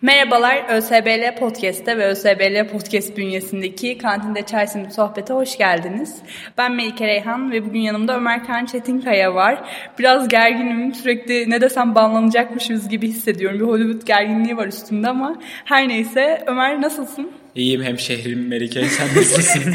Merhabalar, ÖSBL Podcast'te ve ÖSBL Podcast bünyesindeki Kantinde Çay Simit Sohbet'e hoş geldiniz. Ben Melike Reyhan ve bugün yanımda Ömer Kaan Çetinkaya var. Biraz gerginim, sürekli ne desem banlanacakmışız gibi hissediyorum. Bir Hollywood gerginliği var üstümde ama her neyse. Ömer nasılsın? İyiyim hemşehrim Melike, sen nasılsın?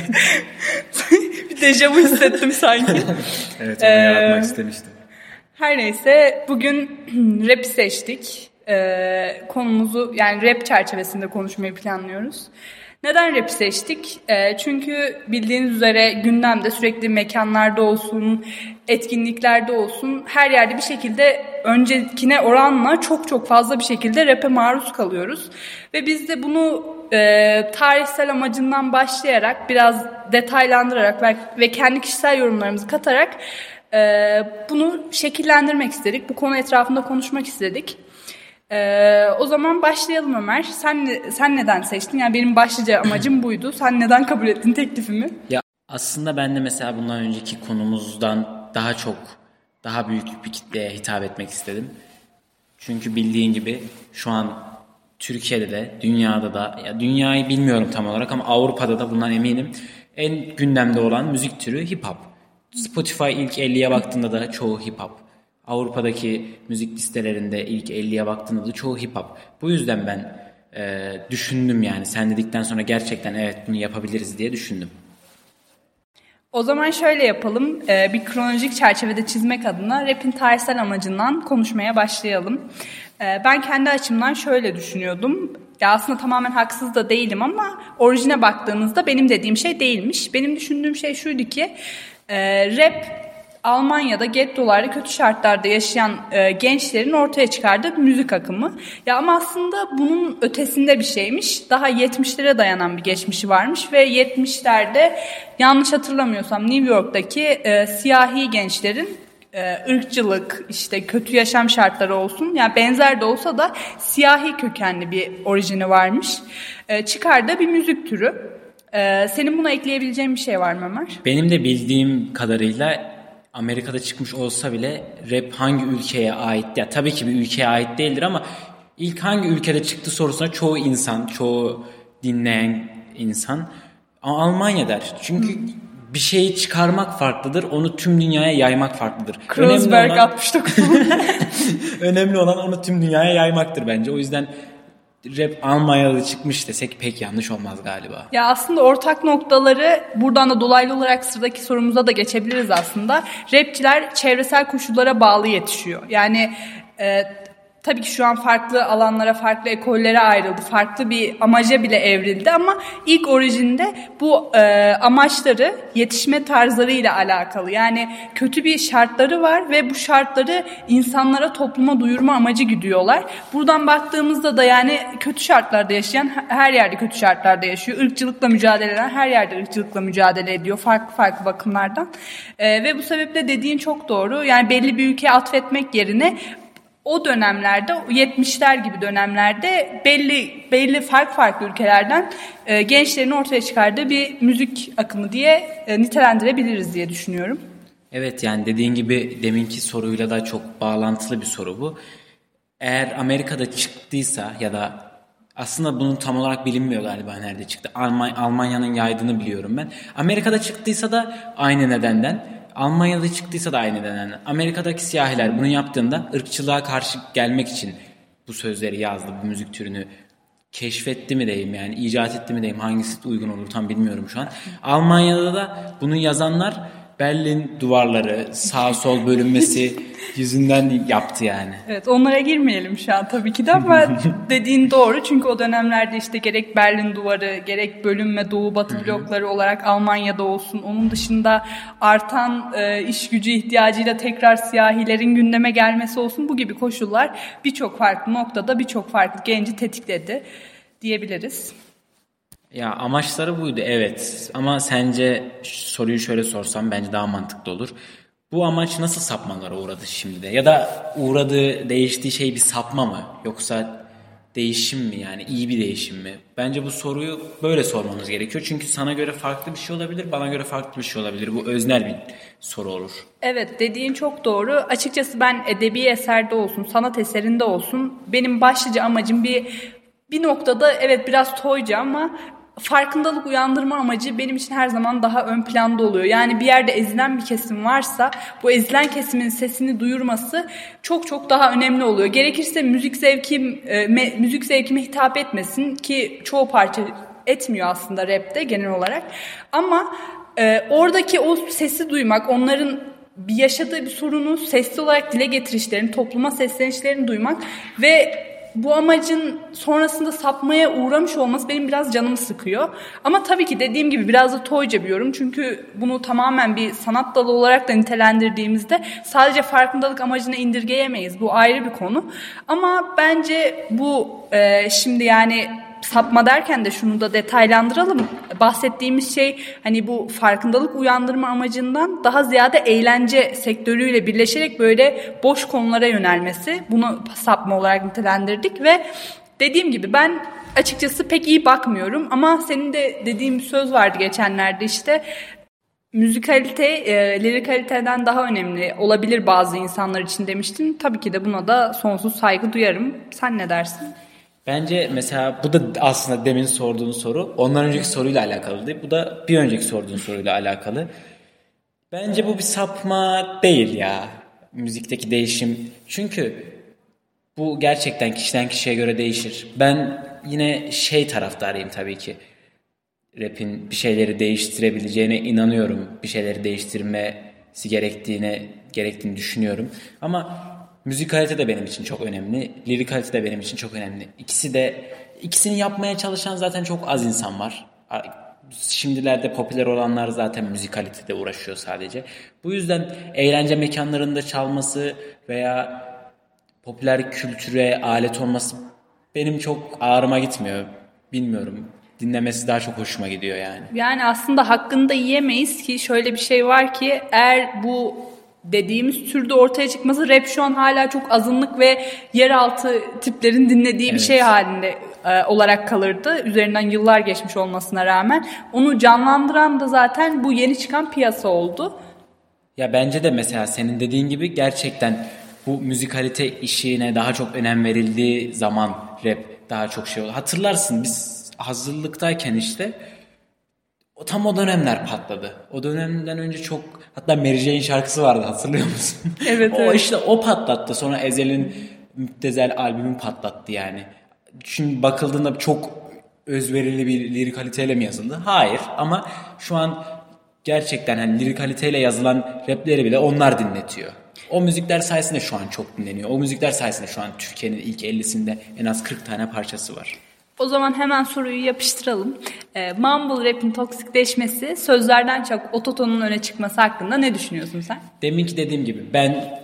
Bir dejavu hissettim sanki. Evet, onu yaratmak istemiştim. Her neyse, bugün rap'i seçtik. Konumuzu yani rap çerçevesinde konuşmayı planlıyoruz. Neden rap'i seçtik? Çünkü bildiğiniz üzere gündemde sürekli mekanlarda olsun, etkinliklerde olsun her yerde bir şekilde öncekine oranla çok fazla bir şekilde rap'e maruz kalıyoruz. Ve biz de bunu tarihsel amacından başlayarak biraz detaylandırarak ve kendi kişisel yorumlarımızı katarak bunu şekillendirmek istedik. Bu konu etrafında konuşmak istedik. O zaman başlayalım Ömer. Sen neden seçtin? Yani benim başlıca amacım buydu. Sen neden kabul ettin teklifimi? Ya aslında ben de mesela bundan önceki konumuzdan daha büyük bir kitleye hitap etmek istedim. Çünkü bildiğin gibi şu an Türkiye'de de, dünyada da, ya dünyayı bilmiyorum tam olarak ama Avrupa'da da bundan eminim. En gündemde olan müzik türü hip hop. Spotify ilk 50'ye baktığında da çoğu hip hop. Avrupa'daki müzik listelerinde ilk 50'ye baktığında da çoğu hip hop. Bu yüzden ben düşündüm yani sen dedikten sonra gerçekten evet bunu yapabiliriz diye düşündüm. O zaman şöyle yapalım. Bir kronolojik çerçevede çizmek adına rap'in tarihsel amacından konuşmaya başlayalım. Ben kendi açımdan şöyle düşünüyordum. Ya aslında tamamen haksız da değilim ama orijine baktığınızda benim dediğim şey değilmiş. Benim düşündüğüm şey şuydu ki rap Almanya'da gettolarda kötü şartlarda yaşayan gençlerin ortaya çıkardığı bir müzik akımı. Ya ama aslında bunun ötesinde bir şeymiş. Daha 70'lere dayanan bir geçmişi varmış ve 70'lerde yanlış hatırlamıyorsam New York'taki siyahi gençlerin ırkçılık, işte kötü yaşam şartları olsun, yani benzer de olsa da siyahi kökenli bir orijini varmış. Çıkardığı bir müzik türü. Senin buna ekleyebileceğin bir şey var mı Ömer? Benim de bildiğim kadarıyla Amerika'da çıkmış olsa bile rap hangi ülkeye ait? Ya tabii ki bir ülkeye ait değildir ama ilk hangi ülkede çıktı sorusuna çoğu dinleyen insan Almanya der. Çünkü bir şeyi çıkarmak farklıdır, onu tüm dünyaya yaymak farklıdır. Kreuzberg 69. Önemli olan onu tüm dünyaya yaymaktır bence. O yüzden rap Almanya'da çıkmış desek pek yanlış olmaz galiba. Ya aslında ortak noktaları buradan da dolaylı olarak sıradaki sorumuza da geçebiliriz aslında. Rapçiler çevresel koşullara bağlı yetişiyor. Yani tabii ki şu an farklı alanlara, farklı ekollere ayrıldı. Farklı bir amaca bile evrildi ama ilk orijinde bu amaçları yetişme tarzlarıyla alakalı. Yani kötü bir şartları var ve bu şartları insanlara, topluma duyurma amacı güdüyorlar. Buradan baktığımızda da yani kötü şartlarda yaşayan her yerde kötü şartlarda yaşıyor. Irkçılıkla mücadele eden her yerde ırkçılıkla mücadele ediyor farklı bakımlardan. Ve bu sebeple dediğin çok doğru. Yani belli bir ülkeye atfetmek yerine o dönemlerde, 70'ler gibi dönemlerde belli farklı ülkelerden gençlerin ortaya çıkardığı bir müzik akımı diye nitelendirebiliriz diye düşünüyorum. Evet, yani dediğin gibi deminki soruyla da çok bağlantılı bir soru bu. Eğer Amerika'da çıktıysa ya da aslında bunun tam olarak bilinmiyor galiba nerede çıktı. Almanya'nın yaydığını biliyorum ben. Amerika'da çıktıysa da aynı nedenden. Almanya'da çıktıysa da aynı nedenden. Amerika'daki siyahiler bunu yaptığında ırkçılığa karşı gelmek için bu sözleri yazdı, bu müzik türünü keşfetti mi diyeyim, yani icat etti mi diyeyim, hangisi uygun olur tam bilmiyorum şu an. Almanya'da da bunu yazanlar Berlin duvarları, sağ sol bölünmesi yüzünden yaptı yani. Evet, onlara girmeyelim şu an tabii ki de ama dediğin doğru. Çünkü o dönemlerde işte gerek Berlin duvarı, gerek bölünme doğu batı blokları olarak Almanya'da olsun. Onun dışında artan iş gücü ihtiyacıyla tekrar siyahilerin gündeme gelmesi olsun. Bu gibi koşullar birçok farklı noktada birçok farklı genci tetikledi diyebiliriz. Ya amaçları buydu evet, ama sence soruyu şöyle sorsam bence daha mantıklı olur. Bu amaç nasıl sapmalara uğradı şimdi de? Ya da uğradığı, değiştiği şey bir sapma mı? Yoksa değişim mi, yani iyi bir değişim mi? Bence bu soruyu böyle sormamız gerekiyor. Çünkü sana göre farklı bir şey olabilir, bana göre farklı bir şey olabilir. Bu öznel bir soru olur. Evet, dediğin çok doğru. Açıkçası ben edebi eserde olsun, sanat eserinde olsun benim başlıca amacım bir bir noktada evet biraz toyca ama farkındalık uyandırma amacı benim için her zaman daha ön planda oluyor. Yani bir yerde ezilen bir kesim varsa bu ezilen kesimin sesini duyurması çok çok daha önemli oluyor. Gerekirse müzik zevkime hitap etmesin ki çoğu parça etmiyor aslında rapte genel olarak. Ama oradaki o sesi duymak, onların bir yaşadığı bir sorunu sesli olarak dile getirişlerini, topluma seslenişlerini duymak ve bu amacın sonrasında sapmaya uğramış olması benim biraz canımı sıkıyor. Ama tabii ki dediğim gibi biraz da toyca bir yorum. Çünkü bunu tamamen bir sanat dalı olarak da nitelendirdiğimizde sadece farkındalık amacına indirgeyemeyiz. Bu ayrı bir konu. Ama bence bu şimdi yani sapma derken de şunu da detaylandıralım. Bahsettiğimiz şey hani bu farkındalık uyandırma amacından daha ziyade eğlence sektörüyle birleşerek böyle boş konulara yönelmesi. Bunu sapma olarak nitelendirdik ve dediğim gibi ben açıkçası pek iyi bakmıyorum ama senin de dediğin bir söz vardı geçenlerde işte. Müzikalite, lirikaliteden daha önemli olabilir bazı insanlar için demiştin. Tabii ki de buna da sonsuz saygı duyarım. Sen ne dersin? Bence mesela bu da aslında demin sorduğun soru ondan önceki soruyla alakalıydı. Bu da bir önceki sorduğun soruyla alakalı. Bence bu bir sapma değil ya. Müzikteki değişim. Çünkü bu gerçekten kişiden kişiye göre değişir. Ben yine taraftarıyım tabii ki. Rap'in bir şeyleri değiştirebileceğine inanıyorum. Bir şeyleri değiştirmesi gerektiğini düşünüyorum. Ama müzikalite de benim için çok önemli. Lirikalite de benim için çok önemli. İkisini yapmaya çalışan zaten çok az insan var. Şimdilerde popüler olanlar zaten müzikalitede uğraşıyor sadece. Bu yüzden eğlence mekanlarında çalması veya popüler kültüre alet olması benim çok ağrıma gitmiyor. Bilmiyorum. Dinlemesi daha çok hoşuma gidiyor yani. Yani aslında hakkını da yiyemeyiz ki şöyle bir şey var ki eğer bu dediğimiz türde ortaya çıkması rap şu an hala çok azınlık ve yeraltı tiplerin dinlediği bir şey halinde olarak kalırdı. Üzerinden yıllar geçmiş olmasına rağmen. Onu canlandıran da zaten bu yeni çıkan piyasa oldu. Ya bence de mesela senin dediğin gibi gerçekten bu müzikalite işine daha çok önem verildiği zaman rap daha çok şey oldu. Hatırlarsın biz hazırlıktayken işte tam o dönemler patladı. O dönemden önce çok hatta Mary Jane şarkısı vardı hatırlıyor musun? Evet. İşte o patlattı. Sonra Ezhel'in Müptezel albümü patlattı yani. Şimdi bakıldığında çok özverili bir lirikaliteyle mi yazıldı? Hayır ama şu an gerçekten hani lirikaliteyle yazılan rapleri bile onlar dinletiyor. O müzikler sayesinde şu an çok dinleniyor. O müzikler sayesinde şu an Türkiye'nin ilk 50'sinde en az 40 tane parçası var. O zaman hemen soruyu yapıştıralım. Mumble rap'in toksikleşmesi sözlerden çok ototonun öne çıkması hakkında ne düşünüyorsun sen? Deminki dediğim gibi ben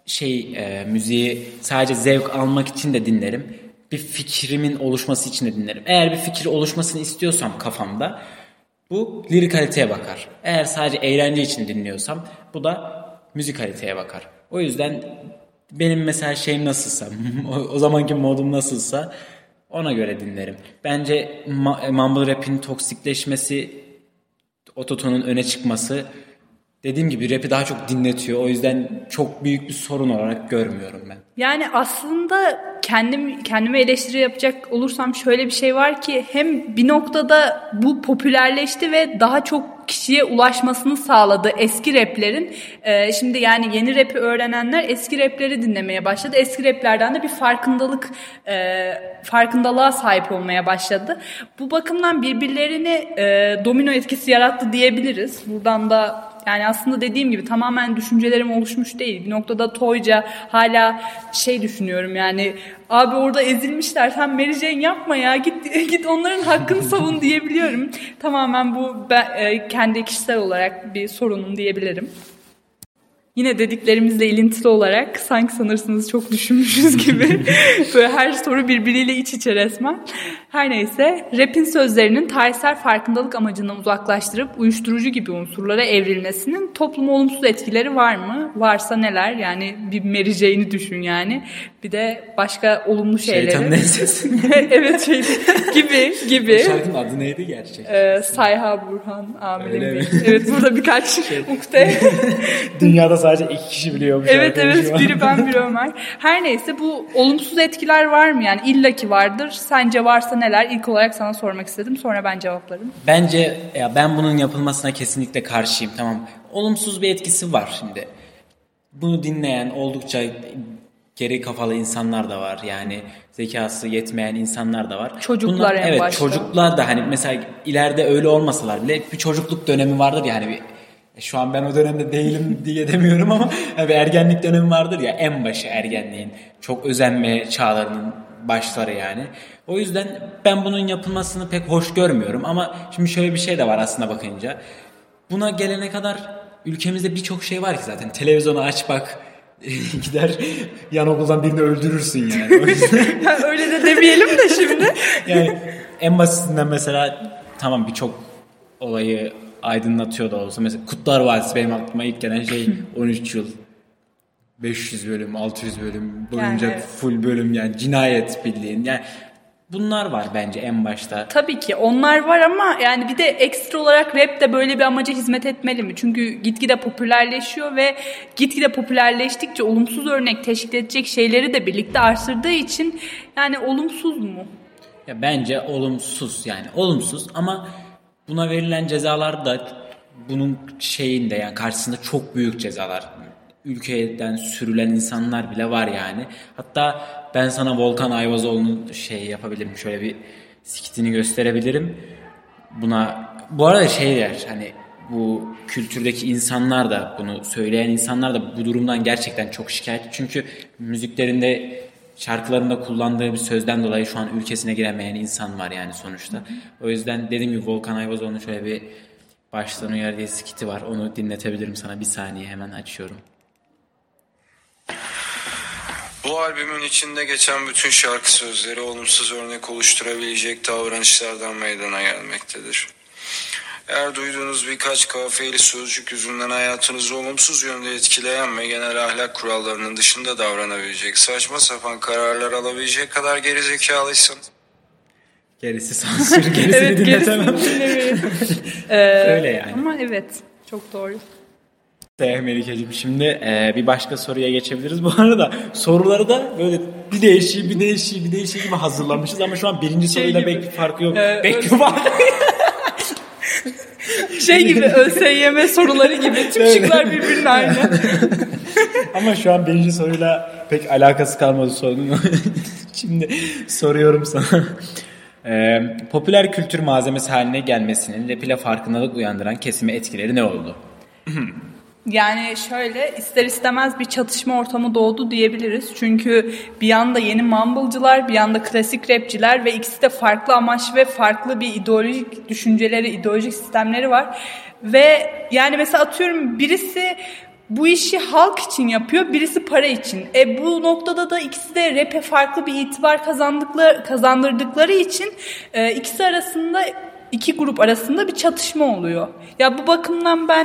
müziği sadece zevk almak için de dinlerim. Bir fikrimin oluşması için de dinlerim. Eğer bir fikir oluşmasını istiyorsam kafamda bu lirikaliteye bakar. Eğer sadece eğlence için dinliyorsam bu da müzikaliteye bakar. O yüzden benim mesela şeyim nasılsa o zamanki modum nasılsa ona göre dinlerim. Bence mumble rap'in toksikleşmesi, ototonun öne çıkması dediğim gibi rap'i daha çok dinletiyor. O yüzden çok büyük bir sorun olarak görmüyorum ben. Yani aslında kendime eleştiri yapacak olursam şöyle bir şey var ki hem bir noktada bu popülerleşti ve daha çok kişiye ulaşmasını sağladı eski raplerin. Şimdi yani yeni rapi öğrenenler eski rapleri dinlemeye başladı. Eski raplerden de bir farkındalığa sahip olmaya başladı. Bu bakımdan birbirlerini domino etkisi yarattı diyebiliriz. Buradan da yani aslında dediğim gibi tamamen düşüncelerim oluşmuş değil. Bir noktada toyca hala düşünüyorum yani abi orada ezilmişler sen Mary Jane yapma ya git onların hakkını savun diyebiliyorum. Tamamen bu kendi kişisel olarak bir sorunum diyebilirim. Yine dediklerimizle ilintili olarak sanki sanırsınız çok düşünmüşüz gibi böyle her soru birbiriyle iç içe resmen. Her neyse rap'in sözlerinin tarihsel farkındalık amacından uzaklaştırıp uyuşturucu gibi unsurlara evrilmesinin topluma olumsuz etkileri var mı? Varsa neler? Yani bir Mary Jane'i düşün yani. Bir de başka olumlu şeyleri. Şeytanın Ensesi. Evet gibi. Şarkının adı neydi gerçek? Sayha Burhan Amir'in. Evet burada birkaç ukde. Dünyada sadece 2 kişi biliyormuş. Evet, biri ben biri Ömer. Her neyse, bu olumsuz etkiler var mı? Yani illaki vardır. Sence varsa neler? İlk olarak sana sormak istedim. Sonra ben cevaplarım. Bence ben bunun yapılmasına kesinlikle karşıyım. Tamam. Olumsuz bir etkisi var şimdi. Bunu dinleyen oldukça geri kafalı insanlar da var. Yani zekası yetmeyen insanlar da var. Çocuklar en evet, başta. Çocuklar da hani mesela ileride öyle olmasalar bile bir çocukluk dönemi vardır ya, hani şu an ben o dönemde değilim diye demiyorum ama bir ergenlik dönemi vardır ya, en başı ergenliğin. Çok özenme çağlarının başları yani. O yüzden ben bunun yapılmasını pek hoş görmüyorum ama şimdi şöyle bir şey de var aslında bakınca. Buna gelene kadar ülkemizde birçok şey var ki zaten. Televizyonu aç bak, gider yan okuldan birini öldürürsün yani. O yüzden... Öyle de demeyelim de şimdi. Yani en basitinden mesela tamam birçok olayı aydınlatıyor da olsa. Mesela Kurtlar Vadisi benim aklıma ilk gelen şey 13 yıl. 500 bölüm, 600 bölüm boyunca yani, full bölüm yani cinayet bildiğin. Yani bunlar var bence en başta. Tabii ki onlar var ama yani bir de ekstra olarak rap de böyle bir amaca hizmet etmeli mi? Çünkü gitgide popülerleşiyor ve gitgide popülerleştikçe olumsuz örnek teşkil edecek şeyleri de birlikte artırdığı için yani olumsuz mu? Ya bence olumsuz, yani olumsuz ama buna verilen cezalar da bunun şeyinde, yani karşısında çok büyük cezalar. Ülkeden sürülen insanlar bile var yani. Hatta ben sana Volkan Ayvazoğlu'nun yapabilirim. Şöyle bir skitini gösterebilirim. Buna bu arada hani bu kültürdeki insanlar da, bunu söyleyen insanlar da bu durumdan gerçekten çok şikayetçi. Çünkü müziklerinde, şarkılarında kullandığı bir sözden dolayı şu an ülkesine giremeyen insan var yani sonuçta. O yüzden dediğim gibi Volkan Ayvazoğlu'nun şöyle bir baştan uyar diye skiti var. Onu dinletebilirim sana, bir saniye hemen açıyorum. Bu albümün içinde geçen bütün şarkı sözleri olumsuz örnek oluşturabilecek davranışlardan meydana gelmektedir. Eğer duyduğunuz birkaç kafiyeli sözcük yüzünden hayatınızı olumsuz yönde etkileyen ve genel ahlak kurallarının dışında davranabilecek saçma sapan kararlar alabilecek kadar gerizekalıysan, gerisi sansür, gerisini dinletemem. Öyle yani. Ama evet, çok doğru. Melike'ciğim, şimdi bir başka soruya geçebiliriz. Bu arada soruları da böyle bir değişiği gibi hazırlamışız ama şu an birinci soruyla gibi. Pek bir farkı yok. Pek bir farkı gibi ÖSYM soruları gibi tüm şıklar birbirine aynı. Ama şu an birinci soruyla pek alakası kalmadı sorunun. Şimdi soruyorum sana. Popüler kültür malzemesi haline gelmesinin rap ile farkındalık uyandıran kesime etkileri ne oldu? Yani şöyle, ister istemez bir çatışma ortamı doğdu diyebiliriz. Çünkü bir yanda yeni mumble'cılar, bir yanda klasik rapçiler ve ikisi de farklı amaç ve farklı bir ideolojik düşünceleri, ideolojik sistemleri var. Ve yani mesela atıyorum, birisi bu işi halk için yapıyor, birisi para için. Bu noktada da ikisi de rap'e farklı bir itibar kazandırdıkları için ikisi arasında, iki grup arasında bir çatışma oluyor. Ya bu bakımdan ben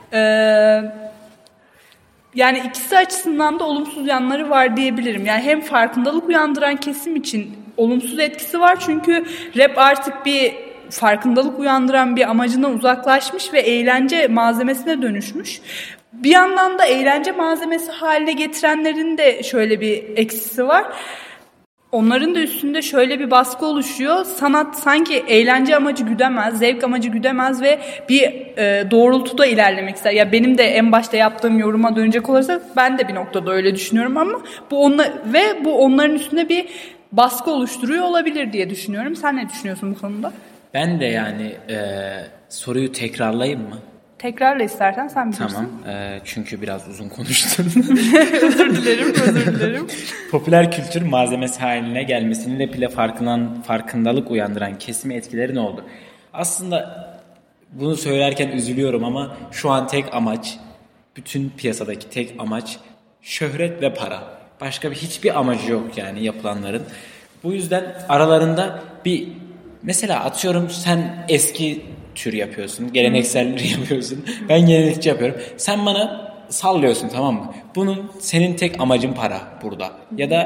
yani ikisi açısından da olumsuz yanları var diyebilirim. Yani hem farkındalık uyandıran kesim için olumsuz etkisi var. Çünkü rap artık bir farkındalık uyandıran bir amacından uzaklaşmış ve eğlence malzemesine dönüşmüş. Bir yandan da eğlence malzemesi haline getirenlerin de şöyle bir eksisi var. Onların da üstünde şöyle bir baskı oluşuyor. Sanat sanki eğlence amacı güdemez, zevk amacı güdemez ve bir doğrultuda ilerlemek ister. Ya benim de en başta yaptığım yoruma dönecek olursak ben de bir noktada öyle düşünüyorum ama bu onların üstünde bir baskı oluşturuyor olabilir diye düşünüyorum. Sen ne düşünüyorsun bu konuda? Ben de yani soruyu tekrarlayayım mı? Tekrarla istersen, sen bilirsin. Tamam. Çünkü biraz uzun konuştun. Özür dilerim. Popüler kültür malzemesi haline gelmesinin rap ile farkındalık uyandıran kesime etkileri ne oldu? Aslında bunu söylerken üzülüyorum ama şu an tek amaç, bütün piyasadaki tek amaç şöhret ve para. Başka hiçbir amacı yok yani yapılanların. Bu yüzden aralarında bir, mesela atıyorum sen eski tür yapıyorsun, gelenekselleri yapıyorsun. Ben gelenekçi yapıyorum. Sen bana sallıyorsun, tamam mı? Senin tek amacın para burada. Ya da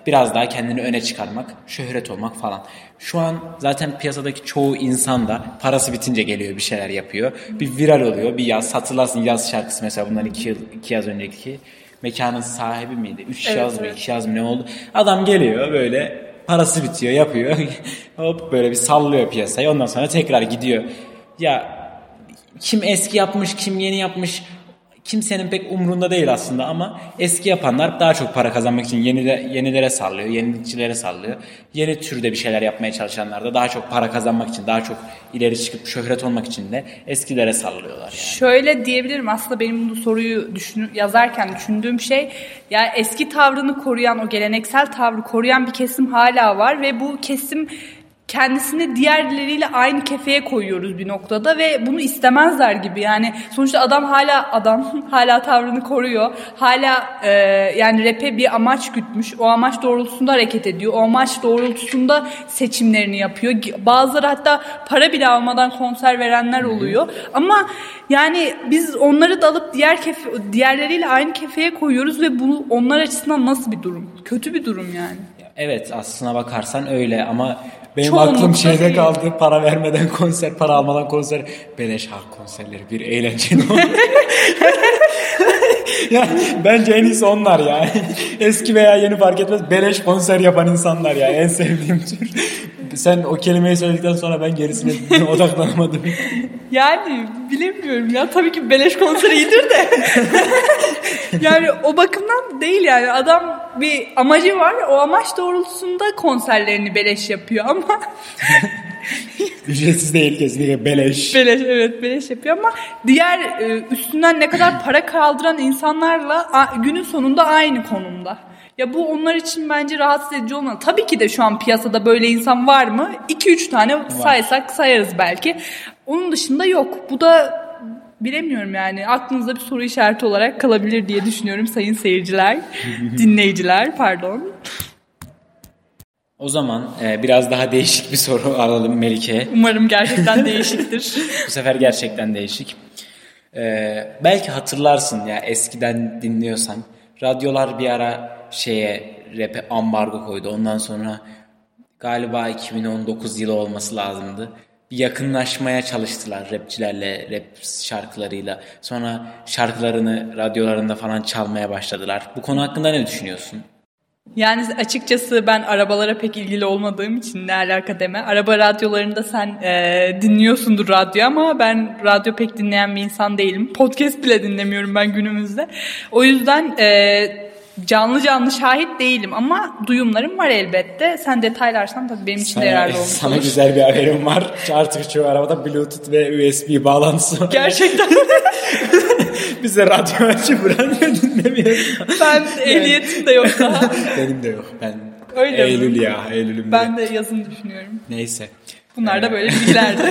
biraz daha kendini öne çıkarmak, şöhret olmak falan. Şu an zaten piyasadaki çoğu insan da parası bitince geliyor, bir şeyler yapıyor. Bir viral oluyor. Bir yaz, hatırlarsın Yaz şarkısı mesela, bundan 2 yaz önceki. Mekanın sahibi miydi? 3 yaz mı, 2 yaz mı ne oldu? Adam geliyor böyle, parası bitiyor, yapıyor. Hop böyle bir sallıyor piyasayı. Ondan sonra tekrar gidiyor. Ya kim eski yapmış, kim yeni yapmış, kimsenin pek umrunda değil aslında, ama eski yapanlar daha çok para kazanmak için yenilere sallıyor, yenilikçilere sallıyor. Yeni türde bir şeyler yapmaya çalışanlar da daha çok para kazanmak için, daha çok ileri çıkıp şöhret olmak için de eskilere sallıyorlar yani. Şöyle diyebilirim, aslında benim bu soruyu yazarken düşündüğüm şey, ya eski tavrını koruyan, o geleneksel tavrı koruyan bir kesim hala var ve bu kesim kendisini diğerleriyle aynı kefeye koyuyoruz bir noktada ve bunu istemezler gibi. Yani sonuçta adam hala tavrını koruyor. Hala yani rap'e bir amaç gütmüş. O amaç doğrultusunda hareket ediyor. O amaç doğrultusunda seçimlerini yapıyor. Bazıları hatta para bile almadan konser verenler oluyor. Ama yani biz onları da alıp diğerleriyle aynı kefeye koyuyoruz ve bu onlar açısından nasıl bir durum? Kötü bir durum yani. Evet, aslına bakarsan öyle, ama benim çoğunlukla aklım şeyde değil. kaldı. Para vermeden konser, para almadan konser. Beleş halk konserleri bir eğlenceli oldu. Ya bence en iyisi onlar ya. Eski veya yeni fark etmez. Beleş konser yapan insanlar ya. En sevdiğim tür. Sen o kelimeyi söyledikten sonra ben gerisine odaklanamadım. Yani bilemiyorum ya, tabii ki beleş konser iyidir de. Yani o bakımdan değil yani, adam bir amacı var, o amaç doğrultusunda konserlerini beleş yapıyor ama ücretsiz değil, kesinlikle beleş. Evet, beleş yapıyor ama diğer üstünden ne kadar para kaldıran insanlarla günün sonunda aynı konumda. Ya bu onlar için bence rahatsız edici olmalı. Tabii ki de şu an piyasada böyle insan var mı? 2-3 tane saysak sayarız belki. Onun dışında yok. Bu da bilemiyorum yani. Aklınızda bir soru işareti olarak kalabilir diye düşünüyorum sayın seyirciler. Dinleyiciler pardon. O zaman biraz daha değişik bir soru alalım Melike'ye. Umarım gerçekten değişiktir. Bu sefer gerçekten değişik. Belki hatırlarsın ya, eskiden dinliyorsan. Radyolar bir ara rap'e ambargo koydu. Ondan sonra galiba 2019 yılı olması lazımdı. Bir yakınlaşmaya çalıştılar rapçilerle, rap şarkılarıyla. Sonra şarkılarını radyolarında falan çalmaya başladılar. Bu konu hakkında ne düşünüyorsun? Yani açıkçası ben arabalara pek ilgili olmadığım için ne alaka deme. Araba radyolarında sen dinliyorsundur radyo, ama ben radyo pek dinleyen bir insan değilim. Podcast bile dinlemiyorum ben günümüzde. O yüzden canlı şahit değilim ama duyumlarım var elbette. Sen detaylarsan tabii benim için de yararlı olmuş sana olur. güzel bir haberim var. Artık çoğu arabada Bluetooth ve USB bağlantısı var. Gerçekten. Bize radyo açıp radyo dinlemiyoruz. Ben ehliyetim de yok daha. Benim de yok. Ben Öyle Eylül'üm. Ben de yazın düşünüyorum. Neyse. Bunlar da böyle bilgilerdi.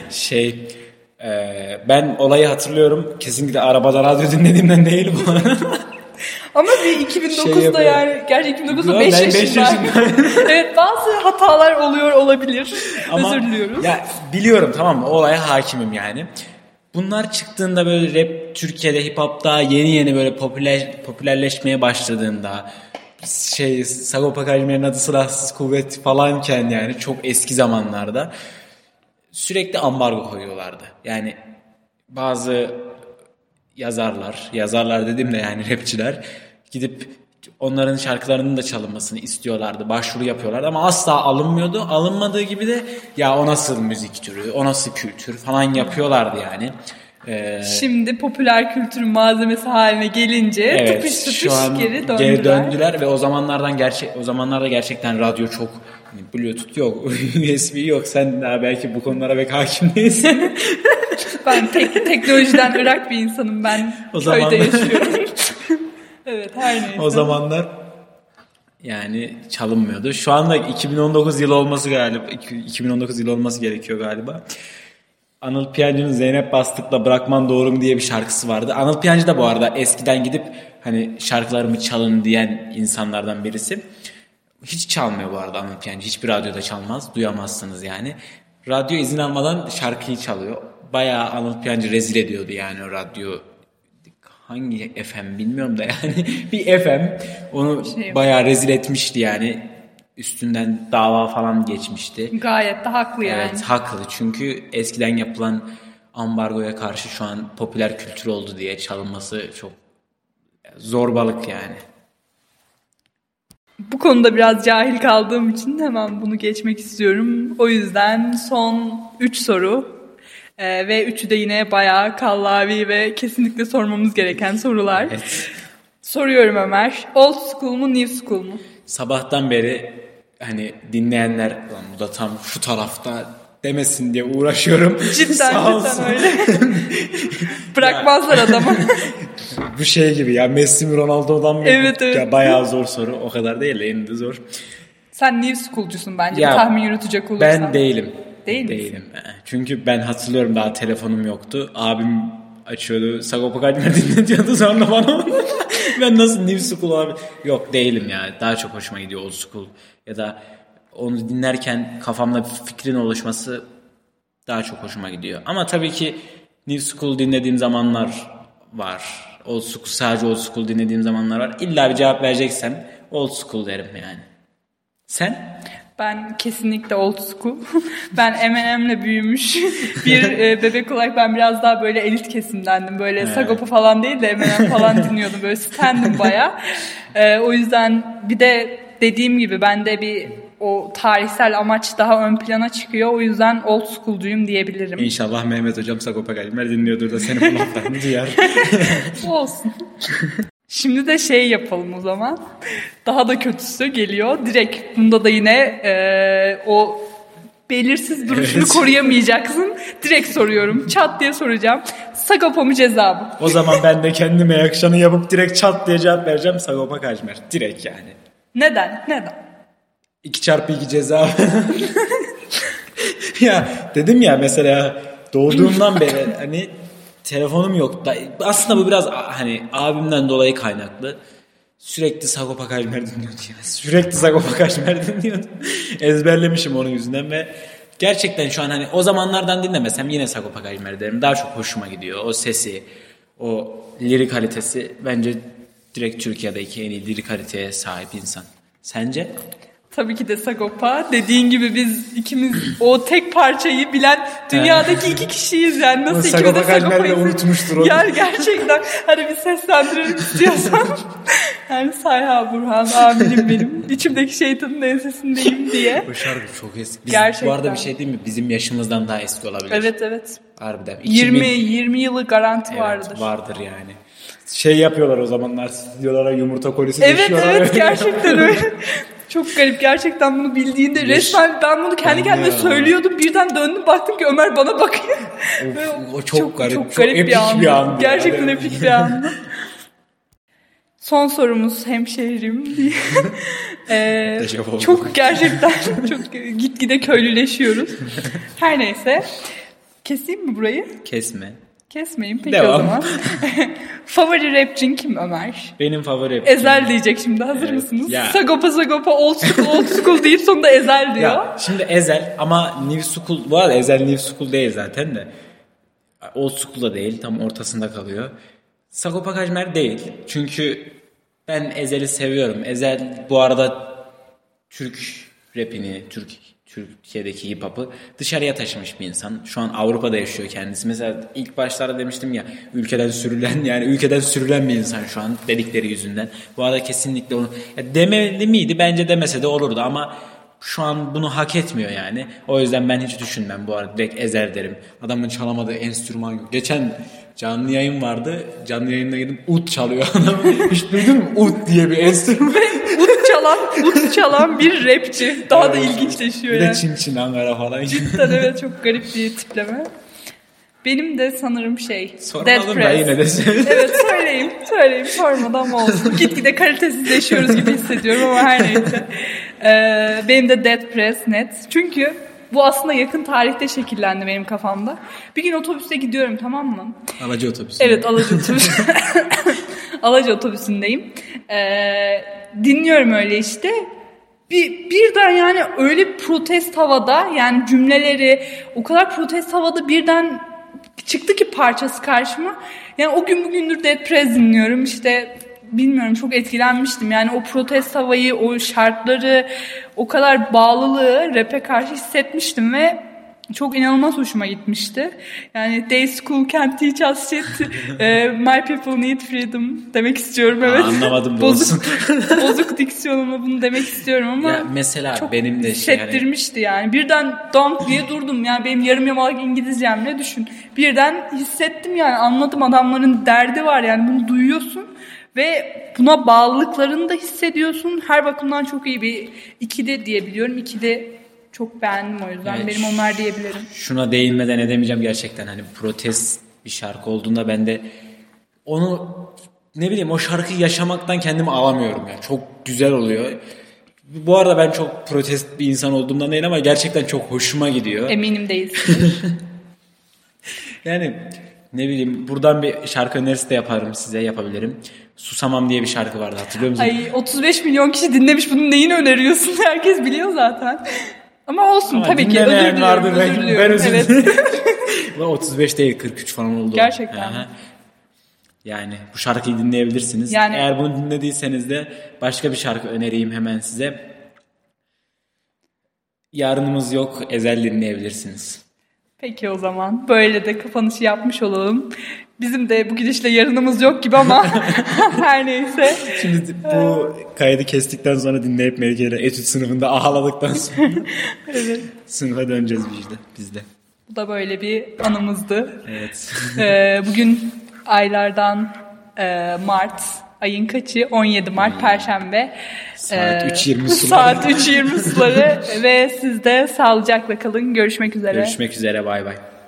Ben olayı hatırlıyorum. Kesinlikle arabada radyo dinlediğimden değil bu arada. Ama bir 2009'da yani, gerçi 2009'da 5 yaşındayım. Evet, bazı hatalar olabilir. Ama, özür diliyoruz. Ya biliyorum, tamam mı? O olaya hakimim yani. Bunlar çıktığında böyle rap Türkiye'de, hip hop'ta yeni böyle popülerleşmeye başladığında, Sagopa Kajmer'in adı Silahsız Kuvvet falanken, yani çok eski zamanlarda sürekli ambargo koyuyorlardı. Yani bazı yazarlar dedim de yani rapçiler gidip onların şarkılarının da çalınmasını istiyorlardı. Başvuru yapıyorlardı ama asla alınmıyordu. Alınmadığı gibi de ya o nasıl müzik türü, o nasıl kültür falan yapıyorlardı yani. Şimdi popüler kültür malzemesi haline gelince evet, tıpış şu an geri döndüler ve o zamanlarda gerçekten radyo çok, Bluetooth yok, USB yok. Sen daha belki bu konulara pek hakim değilsin. Ben teknolojiden ırak bir insanım. Ben köyde yaşıyorum. Evet, her neyse. O zamanlar yani çalınmıyordu. Şu anda 2019 yılı olması gerekiyor galiba. Anıl Piyancı'nın Zeynep Bastık'la Bırakman Doğru mu diye bir şarkısı vardı. Anıl Piyancı da bu arada eskiden gidip hani şarkılarımı çalın diyen insanlardan birisi. Hiç çalmıyor bu arada Anıl Piyancı. Hiçbir radyoda çalmaz. Duyamazsınız yani. Radyo izin almadan şarkıyı çalıyor. Bayağı Anıl Piyancı rezil ediyordu yani o radyo hangi FM bilmiyorum da yani bir FM onu bayağı rezil etmişti yani. Üstünden dava falan geçmişti. Gayet de haklı yani. Evet, haklı. Çünkü eskiden yapılan ambargoya karşı şu an popüler kültür oldu diye çalınması çok zorbalık yani. Bu konuda biraz cahil kaldığım için hemen bunu geçmek istiyorum. O yüzden son 3 soru ve üçü de yine bayağı kallavi ve kesinlikle sormamız gereken sorular. Evet. Soruyorum Ömer. Old school mu, new school mu? Sabahtan beri hani dinleyenler lan bu da tam şu tarafta demesin diye uğraşıyorum. Cidden öyle. Bırakmazlar adamı. Bu şey gibi ya, Messi mi Ronaldo'dan mı? Evet. Ya bayağı zor soru. O kadar değil de yine de zor. Sen new school'cusun bence. Ya, bir tahmin yürütecek olursan. Ben değilim. Değilim. Çünkü ben hatırlıyorum daha telefonum yoktu. Abim açıyordu. Sagopa Kajmer dinletiyordu sonra bana. Ben nasıl new school abi? Yok değilim ya. Daha çok hoşuma gidiyor old school. Ya da onu dinlerken kafamda bir fikrin oluşması daha çok hoşuma gidiyor. Ama tabii ki new school dinlediğim zamanlar var. Old school, sadece old school dinlediğim zamanlar var. İlla bir cevap vereceksem old school derim yani. Sen? Ben kesinlikle old school. Ben Eminem'le büyümüş bir bebek olarak ben biraz daha böyle elit kesimdendim. Böyle Sagopa falan değil de Eminem falan dinliyordum. Böyle standım baya. O yüzden bir de dediğim gibi bende bir o tarihsel amaç daha ön plana çıkıyor. O yüzden old school'cuyum diyebilirim. İnşallah Mehmet Hocam Sagopa Kajmer dinliyordur da senin bu laflarını duyar. Olsun. Şimdi de şey yapalım o zaman. Daha da kötüsü geliyor. Direkt bunda da yine o belirsiz duruşunu koruyamayacaksın. Direkt soruyorum. Çat diye soracağım. Sagopa mı Ceza mı? O zaman ben de kendime yakışanı yapıp direkt çat diye cevap vereceğim. Sagopa Kajmer. Direkt yani. Neden? 2x2 Ceza. Ya dedim ya mesela doğduğumdan beri hani telefonum yok. Aslında bu biraz hani abimden dolayı kaynaklı. Sürekli Sagopa Kajmer dinliyordum. Sürekli Sagopa Kajmer dinliyordum. Ezberlemişim onun yüzünden ve gerçekten şu an hani o zamanlardan dinlemesem yine Sagopa Kajmer derim. Daha çok hoşuma gidiyor. O sesi, o lirik kalitesi bence direkt Türkiye'deki en iyi lirik kaliteye sahip insan. Sence? Tabii ki de Sagopa. Dediğin gibi biz ikimiz o tek parçayı bilen dünyadaki 2 kişiyiz yani. Nasıl ikimiz de Sagopa'yı unutmuştur onu. Yani gerçekten hani bir seslendirelim istiyorsan. Yani Sayha Burhan amirim benim. İçimdeki şeytanın ensesindeyim diye. Bu şarkı çok eski. Gerçekten. Bu arada bir şey değil mi? Bizim yaşımızdan daha eski olabilir. Evet. Harbiden. 20 yılı garanti vardır. Evet vardır yani. Şey yapıyorlar o zamanlar stüdyolara yumurta kolisi düşüyorlar. Evet gerçekten öyle. Çok garip gerçekten bunu bildiğinde resmen ben bunu kendi kendime söylüyordum. Birden döndüm baktım ki Ömer bana bakıyor. O çok garip. Çok garip bir an. Gerçekten yani. epik bir an. Son sorumuz hemşehrim. Çok gerçekten çok gitgide köylüleşiyoruz. Her neyse. Keseyim mi burayı? Kesme. Kesmeyin peki Devam. O zaman. Favori rapçin kim Ömer? Benim favori rapçim. Ezel diyecek şimdi hazır mısınız? Ya. Sagopa old school deyip sonunda Ezel diyor. Ya, şimdi Ezel ama New School, bu arada Ezel New School değil zaten de. Old School da değil, tam ortasında kalıyor. Sagopa Kajmer değil. Çünkü ben Ezel'i seviyorum. Ezel bu arada Türk rapini, Türkiye'deki hip hop'ı dışarıya taşımış bir insan. Şu an Avrupa'da yaşıyor kendisi. Mesela ilk başlarda demiştim ya, ülkeden sürülen bir insan şu an dedikleri yüzünden. Bu arada kesinlikle onu demeli miydi? Bence demese de olurdu ama şu an bunu hak etmiyor yani. O yüzden ben hiç düşünmem bu arada. Direkt Ezel derim. Adamın çalamadığı enstrüman yok. Geçen canlı yayın vardı. Canlı yayında gidip ud çalıyor adam. Hiç duydun mu? Ud diye bir enstrüman. Ut çalan bir rapçi. Daha da ilginçleşiyor bir yani. Bir de Çin Ankara falan. Cidden evet, çok garip bir tipleme. Benim de sanırım Sormadım da yine de söyleyeyim. Evet söyleyeyim sormadan mı olsun. Gitgide kalitesizleşiyoruz gibi hissediyorum ama her neyse. Benim de Dead Press net. Çünkü bu aslında yakın tarihte şekillendi benim kafamda. Bir gün otobüste gidiyorum, tamam mı? Alacı otobüsü. Evet, Alacı otobüsü. Alacı otobüsündeyim. Dinliyorum öyle işte. Birden yani öyle protest havada, yani cümleleri o kadar protest havada birden çıktı ki parçası karşıma. Yani o gün bugündür Dead Prez dinliyorum. İşte bilmiyorum, çok etkilenmiştim. Yani o protest havayı, o şartları, o kadar bağlılığı rap'e karşı hissetmiştim ve çok inanılmaz hoşuma gitmişti. Yani they school can't teach us shit. My people need freedom demek istiyorum. Evet. Anlamadım bozuk diksiyonumla bunu demek istiyorum ama ya mesela çok benim de hissettirmişti yani. Birden donk diye durdum. Yani benim yarım yamalak İngilizcemle düşün. Birden hissettim yani, anladım, adamların derdi var yani, bunu duyuyorsun ve buna bağlılıklarını da hissediyorsun. Her bakımdan çok iyi bir ikili diyebiliyorum. İkili çok beğendim, o yüzden benim onlar diyebilirim. Şuna değinmeden edemeyeceğim gerçekten, hani protest bir şarkı olduğunda ben de onu ne bileyim, o şarkıyı yaşamaktan kendimi alamıyorum yani. Çok güzel oluyor. Bu arada ben çok protest bir insan olduğumdan değil ama gerçekten çok hoşuma gidiyor. Eminim değilsin. Yani ne bileyim, buradan bir şarkı önerisi de yaparım size, yapabilirim. Susamam diye bir şarkı vardı, hatırlıyor musun? Ay, 35 milyon kişi dinlemiş, bunun neyini öneriyorsun? Herkes biliyor zaten. Ama olsun, ama tabii ki özür diliyorum. Vardı, özür diliyorum. Ben özür diliyorum. 35 değil, 43 falan oldu. Gerçekten. Aha. Yani bu şarkıyı dinleyebilirsiniz. Yani, eğer bunu dinlediyseniz de başka bir şarkı önereyim hemen size. Yarınımız Yok, Ezel dinleyebilirsiniz. Peki o zaman böyle de kapanışı yapmış olalım. Bizim de bu gidişle yarınımız yok gibi ama her neyse. Şimdi bu kaydı kestikten sonra dinleyip Melike'yle etüt sınıfında ağladıktan sonra evet. Sınıfa döneceğiz biz de. Bu da böyle bir anımızdı. Evet. Bugün aylardan Mart, ayın kaçı? 17 Mart Perşembe. Saat 3.20 suları. Saat 3.20 suları ve siz de sağlıcakla kalın. Görüşmek üzere. Görüşmek üzere, bay bay.